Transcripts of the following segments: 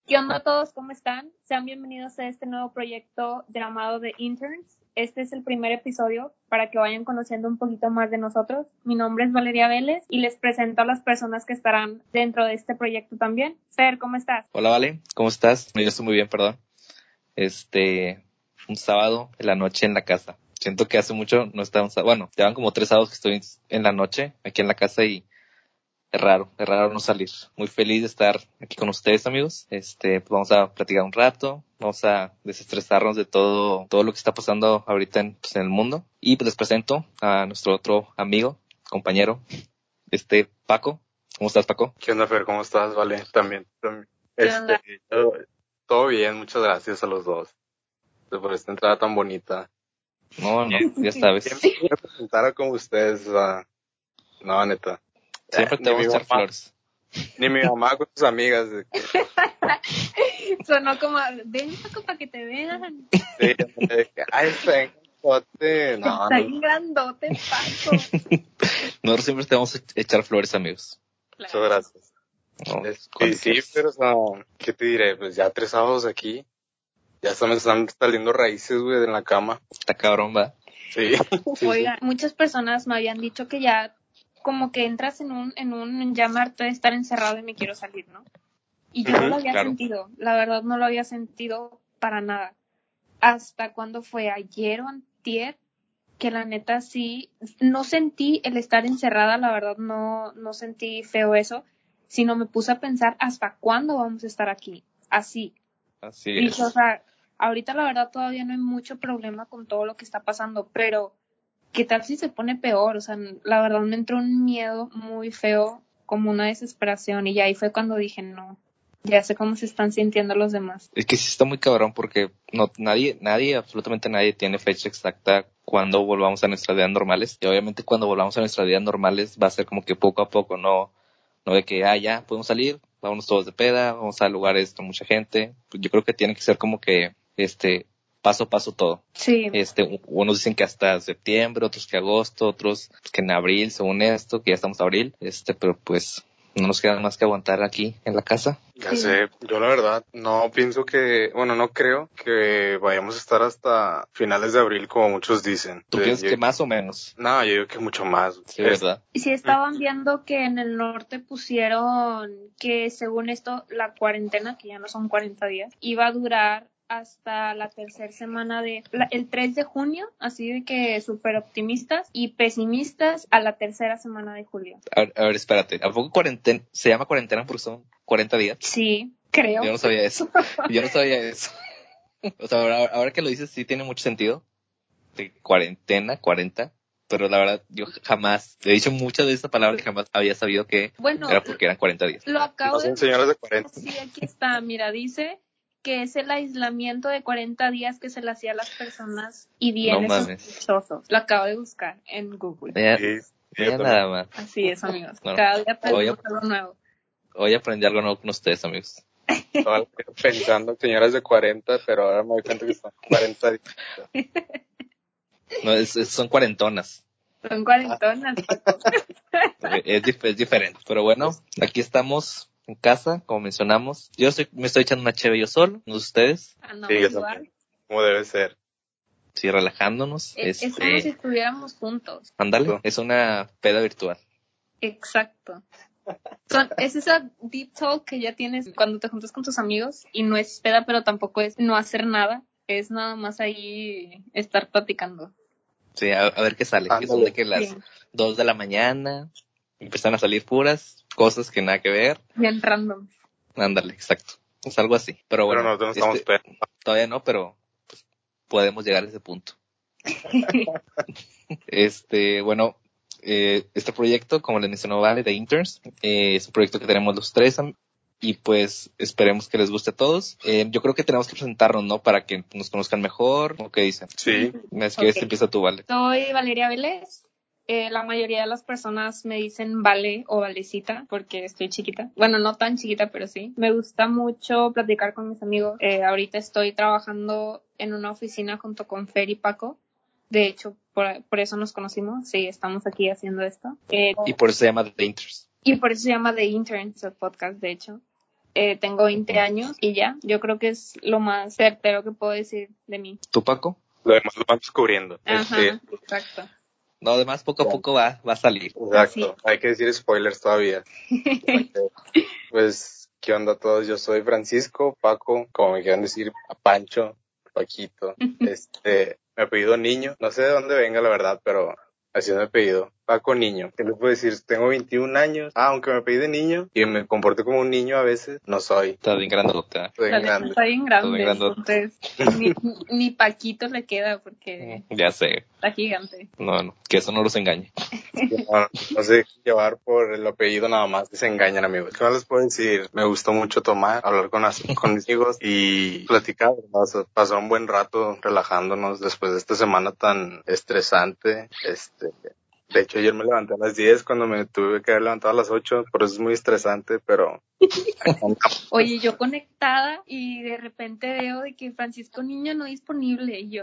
¿Qué onda a todos? ¿Cómo están? Sean bienvenidos a este nuevo proyecto llamado The Interns. Este es el primer episodio para que vayan conociendo un poquito más de nosotros. Mi nombre es Valeria Vélez y les presento a las personas que estarán dentro de este proyecto también. Fer, ¿cómo estás? Hola, Vale, ¿cómo estás? Yo estoy muy bien, perdón. Un sábado en la noche en la casa. Siento que hace mucho no estábamos, bueno, llevan como 3 sábados que estoy en la noche aquí en la casa y es raro no salir. Muy feliz de estar aquí con ustedes, amigos. Pues vamos a platicar un rato, vamos a desestresarnos de todo lo que está pasando ahorita en el mundo. Y pues les presento a nuestro otro amigo, compañero, Paco. ¿Cómo estás, Paco? ¿Qué onda, Fer? ¿Cómo estás? Vale, también. ¿Qué onda? Todo bien, muchas gracias a los dos por esta entrada tan bonita. No, ya sabes. Siempre me presentara como ustedes, no, neta. Siempre te vamos a echar flores. Ni mi mamá con sus amigas. Sonó como, ven Paco para que te vean. Sí, ay, está en grandote. No, Está bien grandote, Paco. Nosotros siempre te vamos a echar flores, amigos. Muchas gracias. No, Sí, pero ¿qué te diré? Pues ya 3 sábados aquí. Ya me están saliendo raíces, güey, en la cama. Está cabrón, va. Sí. Oiga, muchas personas me habían dicho que ya como que entras en un llamarte de estar encerrado y me quiero salir, ¿no? Y yo no lo había sentido, la verdad no lo había sentido para nada. Hasta cuando fue ayer o antier, que la neta sí, no sentí el estar encerrada, la verdad no sentí feo eso, sino me puse a pensar hasta cuándo vamos a estar aquí, así. Así Y, es. o sea, ahorita la verdad todavía no hay mucho problema con todo lo que está pasando, pero ¿qué tal si se pone peor? O sea, la verdad me entró un miedo muy feo, como una desesperación, y ya ahí fue cuando dije, no, ya sé cómo se están sintiendo los demás. Es que sí está muy cabrón porque nadie, absolutamente nadie tiene fecha exacta cuando volvamos a nuestras vidas normales. Y obviamente cuando volvamos a nuestras vidas normales va a ser como que poco a poco, no de que, ya, podemos salir, vámonos todos de peda, vamos a lugares con mucha gente. Pues yo creo que tiene que ser como que, paso a paso todo. Sí. Unos dicen que hasta septiembre, otros que agosto, otros que en abril, según esto, que ya estamos en abril, pero pues no nos queda más que aguantar aquí en la casa. Ya sé, yo la verdad no pienso no creo que vayamos a estar hasta finales de abril como muchos dicen. ¿Tú piensas que más o menos? No, yo digo que mucho más. Sí, ¿verdad? Y sí estaban viendo que en el norte pusieron que según esto la cuarentena, que ya no son 40 días, iba a durar hasta la tercera semana el 3 de junio, así de que súper optimistas y pesimistas a la tercera semana de julio. A ver, espérate, ¿a poco cuarentena se llama cuarentena porque son 40 días? Sí, creo. Yo no sabía eso. O sea, ahora que lo dices sí tiene mucho sentido. De cuarentena, 40. Pero la verdad, yo jamás, he dicho muchas veces esta palabra y jamás había sabido que era porque eran 40 días. Lo acabo de señores de 40. Sí, aquí está, mira, dice que es el aislamiento de 40 días que se le hacía a las personas y viene sospechoso. Lo acabo de buscar en Google. Mira nada más. Así es, amigos. Bueno, cada día aprendemos algo nuevo. Hoy aprendí algo nuevo con ustedes, amigos. Estaba pensando señoras de 40, pero ahora me doy cuenta que son 40 días. No, son cuarentonas. Son cuarentonas, Paco. Es diferente. Pero bueno, aquí estamos en casa, como mencionamos. Me estoy echando una cheve yo solo, no ustedes. Sí, igual. Como debe ser. Sí, relajándonos. Es como si estuviéramos juntos. Ándale, es una peda virtual. Exacto. Es esa deep talk que ya tienes cuando te juntas con tus amigos y no es peda, pero tampoco es no hacer nada. Es nada más ahí estar platicando. Sí, a ver qué sale. Que son de que las 2 de la mañana empiezan a salir puras cosas que nada que ver. Bien random. Ándale, exacto. Es algo así. Pero bueno, nosotros no estamos todavía no, pero pues, podemos llegar a ese punto. Bueno, este proyecto, como les mencionó Vale, de Interns, es un proyecto que tenemos los tres y pues esperemos que les guste a todos. Yo creo que tenemos que presentarnos, ¿no? Para que nos conozcan mejor. ¿O qué dicen? Sí. Es que empieza tú, Vale. Soy Valeria Vélez. La mayoría de las personas me dicen Vale o Valecita porque estoy chiquita. Bueno, no tan chiquita, pero sí. Me gusta mucho platicar con mis amigos. Ahorita estoy trabajando en una oficina junto con Fer y Paco. De hecho, por eso nos conocimos. Sí, estamos aquí haciendo esto. Y por eso se llama The Interns. Y por eso se llama The Interns, el podcast, de hecho. tengo 20 años y ya. Yo creo que es lo más certero que puedo decir de mí. ¿Tú, Paco? Lo demás lo van descubriendo. Ajá, exacto. No, además poco a poco va a salir. Exacto. Hay que decir spoilers todavía. Pues, ¿qué onda a todos? Yo soy Francisco, Paco, como me quieran decir, a Pancho, Paquito. Me apellido Niño. No sé de dónde venga, la verdad, pero así es mi apellido. Paco Niño. ¿Qué les puedo decir? Tengo 21 años. Aunque me apellide Niño y me comporto como un niño a veces, no soy. Está bien grandote. Soy grande. Está bien grande, entonces ni Paquito le queda porque Ya sé. está gigante. No, que eso no los engañe. No sé llevar por el apellido nada más, se engañan, amigos. ¿Qué más les puedo decir? Me gustó mucho tomar, hablar con mis amigos y platicar, ¿no? Pasar un buen rato relajándonos después de esta semana tan estresante. De hecho, ayer me levanté a las 10 cuando me tuve que haber levantado a las 8, por eso es muy estresante, pero... Oye, yo conectada y de repente veo de que Francisco Niño no disponible y yo...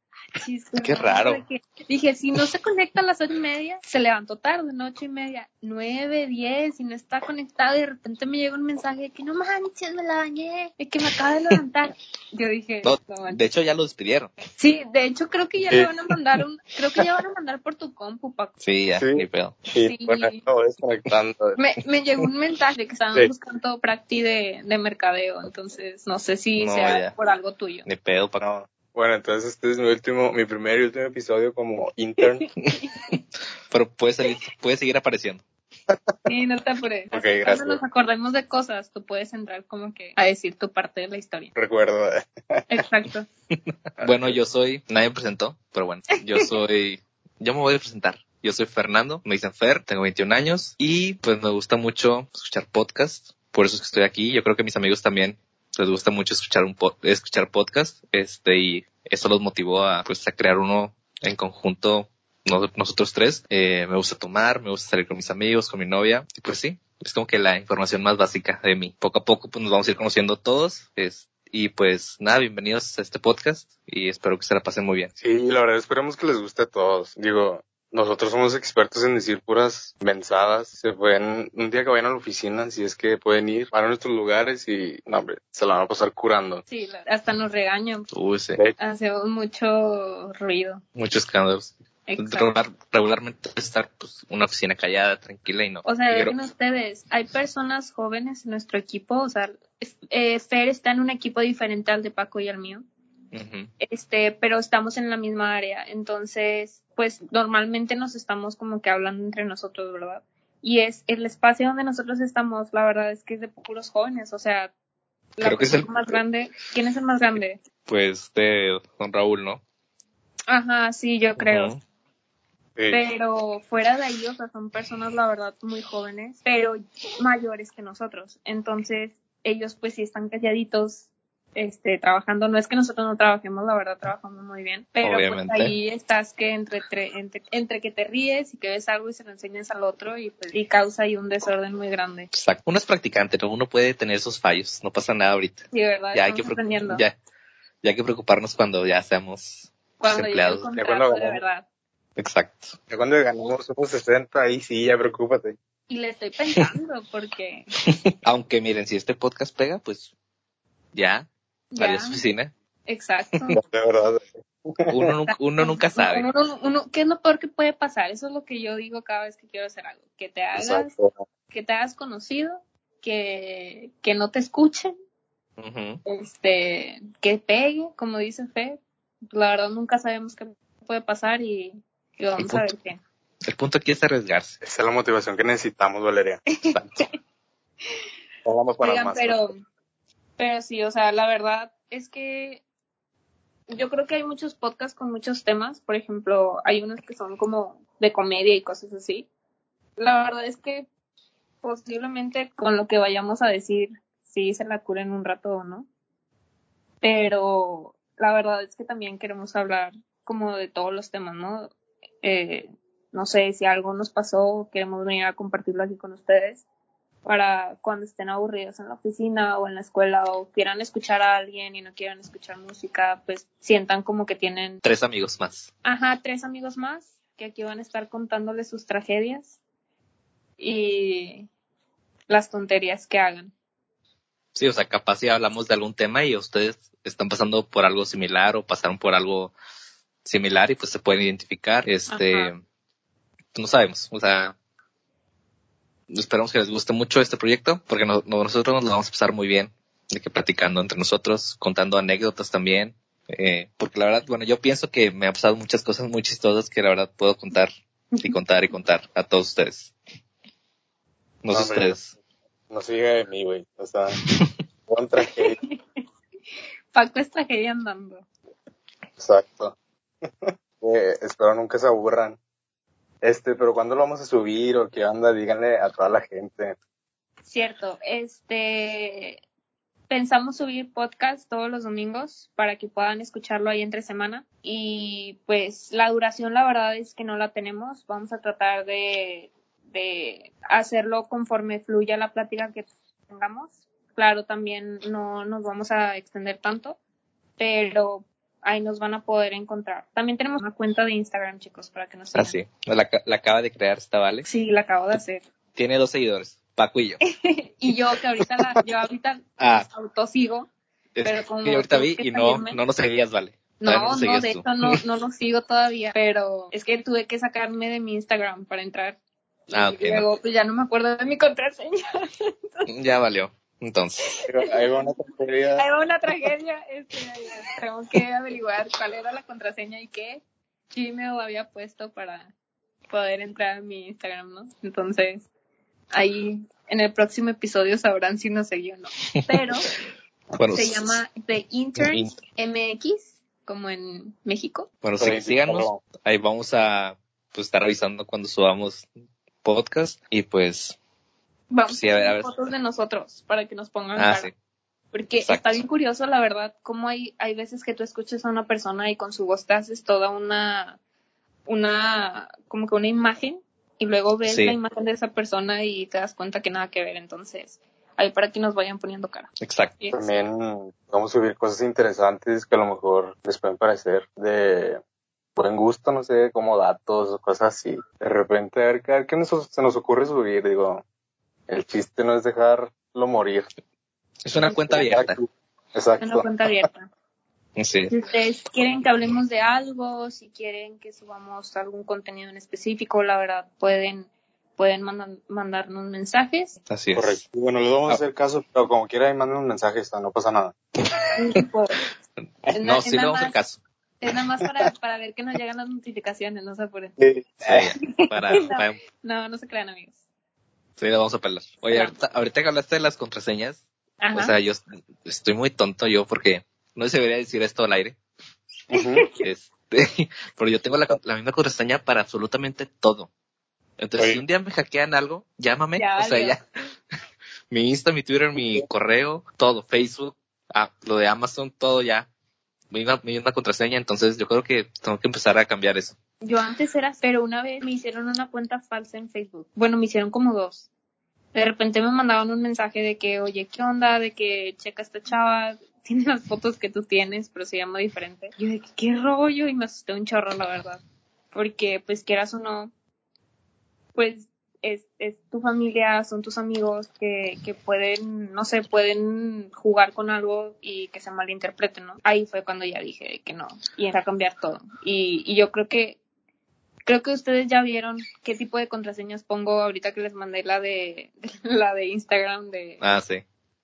Qué raro. Dije, si no se conecta a las 8:30, se levantó tarde, ¿no? 8:30, 9, 10, y no está conectado, y de repente me llega un mensaje de que no manches, me la bañé, de que me acaba de levantar. Yo dije, no, de hecho ya lo despidieron. Sí, de hecho creo que ya le van a mandar creo que ya van a mandar por tu compu, Paco. Sí, ya, ni pedo. Sí. Bueno, no, desconectando. Me llegó un mensaje que estaban buscando practi de mercadeo, entonces no sé si sea por algo tuyo. Ni pedo, Paco. No. Bueno, entonces este es mi primer y último episodio como intern. Pero puede seguir apareciendo. Sí, no te apures. Okay, cuando nos acordemos de cosas, tú puedes entrar como que a decir tu parte de la historia. Recuerdo. Exacto. Bueno, nadie me presentó, pero bueno, yo me voy a presentar. Yo soy Fernando, me dicen Fer, tengo 21 años y pues me gusta mucho escuchar podcasts, por eso es que estoy aquí. Yo creo que a mis amigos también les gusta mucho escuchar podcast, y eso los motivó a crear uno en conjunto, nosotros tres. Me gusta tomar, me gusta salir con mis amigos, con mi novia, y pues sí, es como que la información más básica de mí. Poco a poco pues nos vamos a ir conociendo todos, y pues nada, bienvenidos a este podcast y espero que se la pasen muy bien. Sí, la verdad esperemos que les guste a todos. Digo, nosotros somos expertos en decir puras mensadas. Se pueden, un día que vayan a la oficina, si es que pueden ir, van a nuestros lugares y, no, hombre, se la van a pasar curando. Sí, hasta nos regañan. Sí. Hacemos mucho ruido. Muchos escándalos. Regularmente estar una oficina callada, tranquila y no. O sea, dejen ustedes, hay personas jóvenes en nuestro equipo, o sea, Fer está en un equipo diferente al de Paco y al mío. Uh-huh. Pero estamos en la misma área, entonces pues normalmente nos estamos como que hablando entre nosotros, ¿verdad? Y es el espacio donde nosotros estamos, la verdad es que es de puros jóvenes, o sea, creo que es el más grande. ¿Quién es el más grande? Pues de don Raúl, ¿no? Ajá, sí, yo creo. Uh-huh. Pero fuera de ahí, o sea, son personas, la verdad, muy jóvenes, pero mayores que nosotros. Entonces, ellos pues sí están calladitos, trabajando. No es que nosotros no trabajemos, la verdad, trabajamos muy bien. Pero obviamente, pues ahí estás que entre que te ríes y que ves algo y se lo enseñas al otro y causa ahí un desorden muy grande. Exacto. Uno es practicante, ¿no? Uno puede tener esos fallos, no pasa nada ahorita. Sí, ¿verdad? Ya hay que preocuparnos cuando ya seamos empleados. Ya cuando de verdad. Exacto. Ya cuando ganamos unos 60, ahí sí, ya preocúpate. Y le estoy pensando porque... Aunque miren, si este podcast pega, pues ya. Adiós oficina. Exacto. De verdad. Uno nunca sabe. ¿Qué es lo peor que puede pasar? Eso es lo que yo digo cada vez que quiero hacer algo. Que te hagas conocido, que no te escuchen, uh-huh. Que pegue, como dice Fer. La verdad nunca sabemos qué puede pasar y vamos a ver qué. El punto aquí es arriesgarse. Esa es la motivación que necesitamos, Valeria. Oigan, pero sí, o sea, la verdad es que yo creo que hay muchos podcasts con muchos temas. Por ejemplo, hay unos que son como de comedia y cosas así. La verdad es que posiblemente con lo que vayamos a decir, sí se la curen un rato o no. Pero la verdad es que también queremos hablar como de todos los temas, ¿no? No sé, si algo nos pasó, queremos venir a compartirlo aquí con ustedes para cuando estén aburridos en la oficina o en la escuela o quieran escuchar a alguien y no quieran escuchar música, pues sientan como que tienen 3 amigos más. Ajá, 3 amigos más que aquí van a estar contándoles sus tragedias y las tonterías que hagan. Sí, o sea, capaz si hablamos de algún tema y ustedes están pasando por algo similar o pasaron por algo similar y pues se pueden identificar. No sabemos, o sea, esperamos que les guste mucho este proyecto porque nosotros nos lo vamos a pasar muy bien, de que platicando entre nosotros, contando anécdotas también, porque la verdad, bueno, yo pienso que me ha pasado muchas cosas muy chistosas que la verdad puedo contar y contar y contar a todos ustedes. No sé ustedes. No se diga de mí, güey, o sea, con tragedia. Paco es tragedia andando. Exacto. Espero nunca se aburran. Pero ¿cuándo lo vamos a subir o qué onda? Díganle a toda la gente. Cierto, pensamos subir podcast todos los domingos para que puedan escucharlo ahí entre semana y pues la duración la verdad es que no la tenemos, vamos a tratar de hacerlo conforme fluya la plática que tengamos. Claro, también no nos vamos a extender tanto, pero ahí nos van a poder encontrar. También tenemos una cuenta de Instagram, chicos, para que nos sigan. Ah, sí. La acaba de crear esta Vale. Sí, la acabo de hacer. Tiene 2 seguidores, Paco y yo. Y yo que ahorita los autosigo, pero como yo ahorita vi y no nos seguías, Vale. No, de hecho no los sigo todavía, pero es que tuve que sacarme de mi Instagram para entrar. Y luego pues ya no me acuerdo de mi contraseña. Ya valió. Entonces. Ahí va una tragedia. Tengo que averiguar cuál era la contraseña y qué Gmail había puesto para poder entrar a mi Instagram, ¿no? Entonces, ahí en el próximo episodio sabrán si nos seguí o no. Pero bueno, se llama The Intern MX, como en México. Bueno, síganos. Ahí vamos a estar avisando cuando subamos podcast y pues vamos a ver fotos de nosotros para que nos pongan cara. Sí. Porque está bien curioso, la verdad, cómo hay veces que tú escuchas a una persona y con su voz te haces toda una como que una imagen y luego ves la imagen de esa persona y te das cuenta que nada que ver. Entonces, ahí para que nos vayan poniendo cara. Exacto. También vamos a subir cosas interesantes que a lo mejor les pueden parecer de buen gusto, no sé, como datos o cosas así. De repente, a ver qué se nos ocurre subir. Digo, el chiste no es dejarlo morir. Es una cuenta abierta. Exacto. Una cuenta abierta. Sí. Si ustedes quieren que hablemos de algo, si quieren que subamos algún contenido en específico, la verdad, pueden mandarnos mensajes. Así es. Correcto. Bueno, les vamos a hacer caso, pero como quiera, manden un mensaje, no pasa nada. No, sí le vamos a hacer caso. Es nada más para ver que nos llegan las notificaciones, no se apuren. Sí. No se crean, amigos. Sí, le vamos a pelar. Oye, ahorita que hablaste de las contraseñas, o sea, yo estoy muy tonto porque no se debería decir esto al aire. Pero yo tengo la misma contraseña para absolutamente todo. Entonces, si un día me hackean algo, llámame. Ya, o sea, ya. Mi Insta, mi Twitter, mi correo, todo, Facebook, lo de Amazon, todo ya. Mi misma contraseña, entonces yo creo que tengo que empezar a cambiar eso. Yo antes pero una vez me hicieron una cuenta falsa en Facebook. Bueno, me hicieron como 2. De repente me mandaban un mensaje de que, oye, ¿qué onda? De que checa esta chava, tiene las fotos que tú tienes, pero se llama diferente. Yo de que, ¿qué rollo? Y me asusté un chorro, la verdad. Porque, pues, quieras o no, pues, es tu familia, son tus amigos que pueden, no sé, pueden jugar con algo y que se malinterpreten, ¿no? Ahí fue cuando ya dije que no, y empecé a cambiar todo. Y yo creo que ustedes ya vieron qué tipo de contraseñas pongo ahorita que les mandé la de Instagram sí.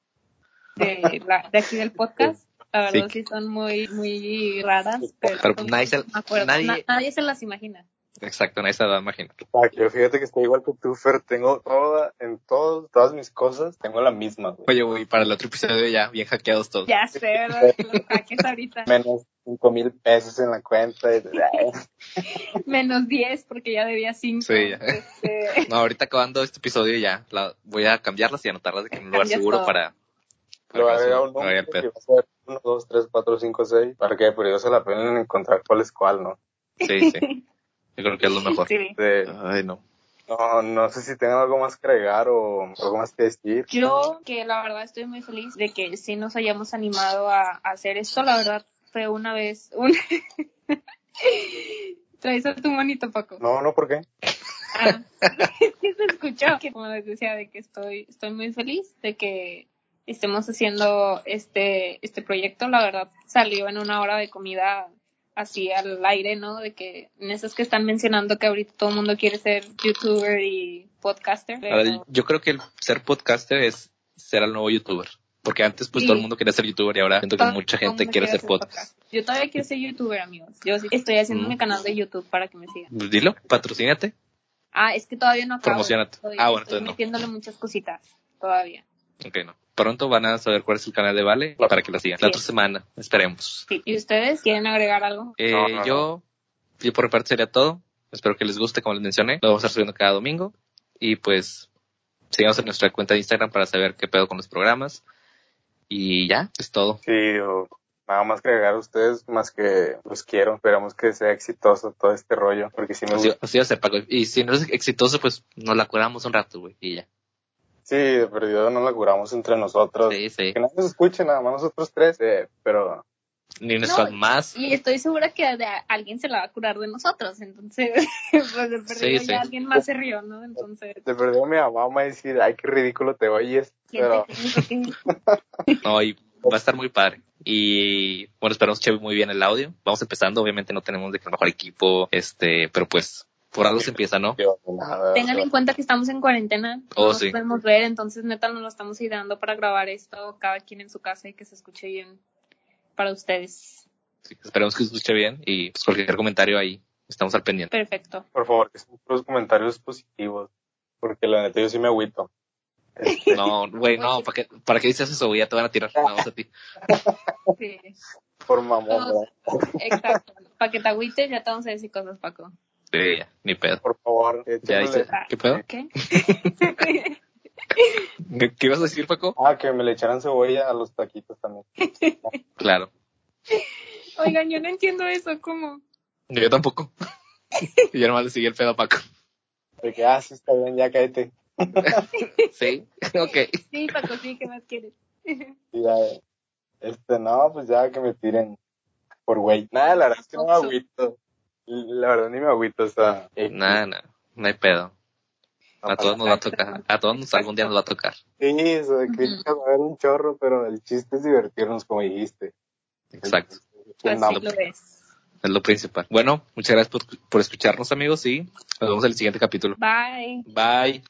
de aquí del podcast. La verdad sí son muy, muy raras, pero nadie se las imagina. Exacto, nadie se las imagina. Yo fíjate que estoy igual que tú, Fer, tengo todas mis cosas, tengo la misma. Güey. Oye, güey, para el otro episodio ya bien hackeados todos. Ya sé, ¿verdad? Los hackeos ahorita. Menos 5,000 pesos en la cuenta. Menos 10 porque ya debía 5. Sí, ya. No, ahorita acabando este episodio ya voy a cambiarlas y anotarlas de que en un lugar seguro todo. para lo agrega un número que va a ser 1, 2, 3, 4, 5, 6 para que por ello se la pena encontrar cuál es cuál, ¿no? Sí. Yo creo que es lo mejor. Sí. Ay, no. No sé si tengan algo más que agregar o algo más que decir. Yo, que la verdad estoy muy feliz de que sí nos hayamos animado a hacer esto. La verdad fue una vez ¿Traes a tu manito, Paco? No, ¿por qué? ¿Qué se escuchó? Como les decía, de que estoy muy feliz de que estemos haciendo este proyecto. La verdad salió en una hora de comida así al aire, ¿no? De que en esos que están mencionando que ahorita todo el mundo quiere ser youtuber y podcaster. Pero... Yo creo que el ser podcaster es ser el nuevo youtuber. Porque antes pues todo el mundo quería ser youtuber y ahora siento que mucha gente quiere hacer podcast. Yo todavía quiero ser youtuber, amigos. Yo sí estoy haciendo mi canal de YouTube para que me sigan. Pues dilo, patrocínate. Es que todavía no acabo. Promocionate. Bueno, estoy metiéndole muchas cositas todavía. Ok, no. Pronto van a saber cuál es el canal de Vale para que la sigan. La otra semana, esperemos. Sí. ¿Y ustedes quieren agregar algo? Yo por mi parte sería todo. Espero que les guste, como les mencioné. Lo vamos a estar subiendo cada domingo. Y pues, sigamos en nuestra cuenta de Instagram para saber qué pedo con los programas. Y ya, es todo. Sí, nada más que agregar a ustedes, más que los quiero. Esperamos que sea exitoso todo este rollo, porque si me gusta. Así va a ser, Paco. Y si no es exitoso, pues nos la curamos un rato, güey, y ya. Sí, de perdido no la curamos entre nosotros. Sí. Que nadie nos escuche, nada más nosotros tres, pero... Ni nuestras más. Y estoy segura que alguien se la va a curar de nosotros, entonces, pues de perdido ya alguien más se rió, ¿no? Entonces... De perdido mi mamá va a decir, ay, qué ridículo te oyes, pero... No, y va a estar muy padre. Y bueno, esperamos que muy bien el audio. Vamos empezando, obviamente no tenemos de que el mejor equipo, pero pues por algo se empieza, ¿no? Tengan en cuenta que estamos en cuarentena, no nos podemos ver, entonces neta nos lo estamos ideando para grabar esto, cada quien en su casa y que se escuche bien para ustedes. Sí, esperemos que se escuche bien y pues cualquier comentario ahí estamos al pendiente. Perfecto. Por favor, que sean los comentarios positivos, porque la neta yo sí me agüito. No, güey, no, ¿para qué dices eso, güey? Ya te van a tirar, vamos a ti. Sí. Por mamón, exacto. Para que te agüites ya te vamos a decir cosas, Paco. Sí, ya, ni pedo. Por favor. Ya dice, ¿qué pedo? ¿Qué? ¿Qué ibas a decir, Paco? Que me le echaran cebolla a los taquitos también. Claro. Oigan, yo no entiendo eso, ¿cómo? Yo tampoco. Yo nomás le seguí el pedo a Paco. De que, sí, está bien, ya cállate. Sí, ok. Sí, Paco, sí, ¿qué más quieres? Ya, no, pues ya que me tiren por güey. Nada, la verdad es que no me agüito. La verdad ni me agüito, o sea. Nada, no hay pedo. A todos nos va a tocar. A todos algún día nos va a tocar. Sí, eso de críticas va a haber un chorro, pero el chiste es divertirnos, como dijiste. Exacto. Así lo es. Es lo principal. Bueno, muchas gracias por escucharnos, amigos, y nos vemos en el siguiente capítulo. Bye. Bye.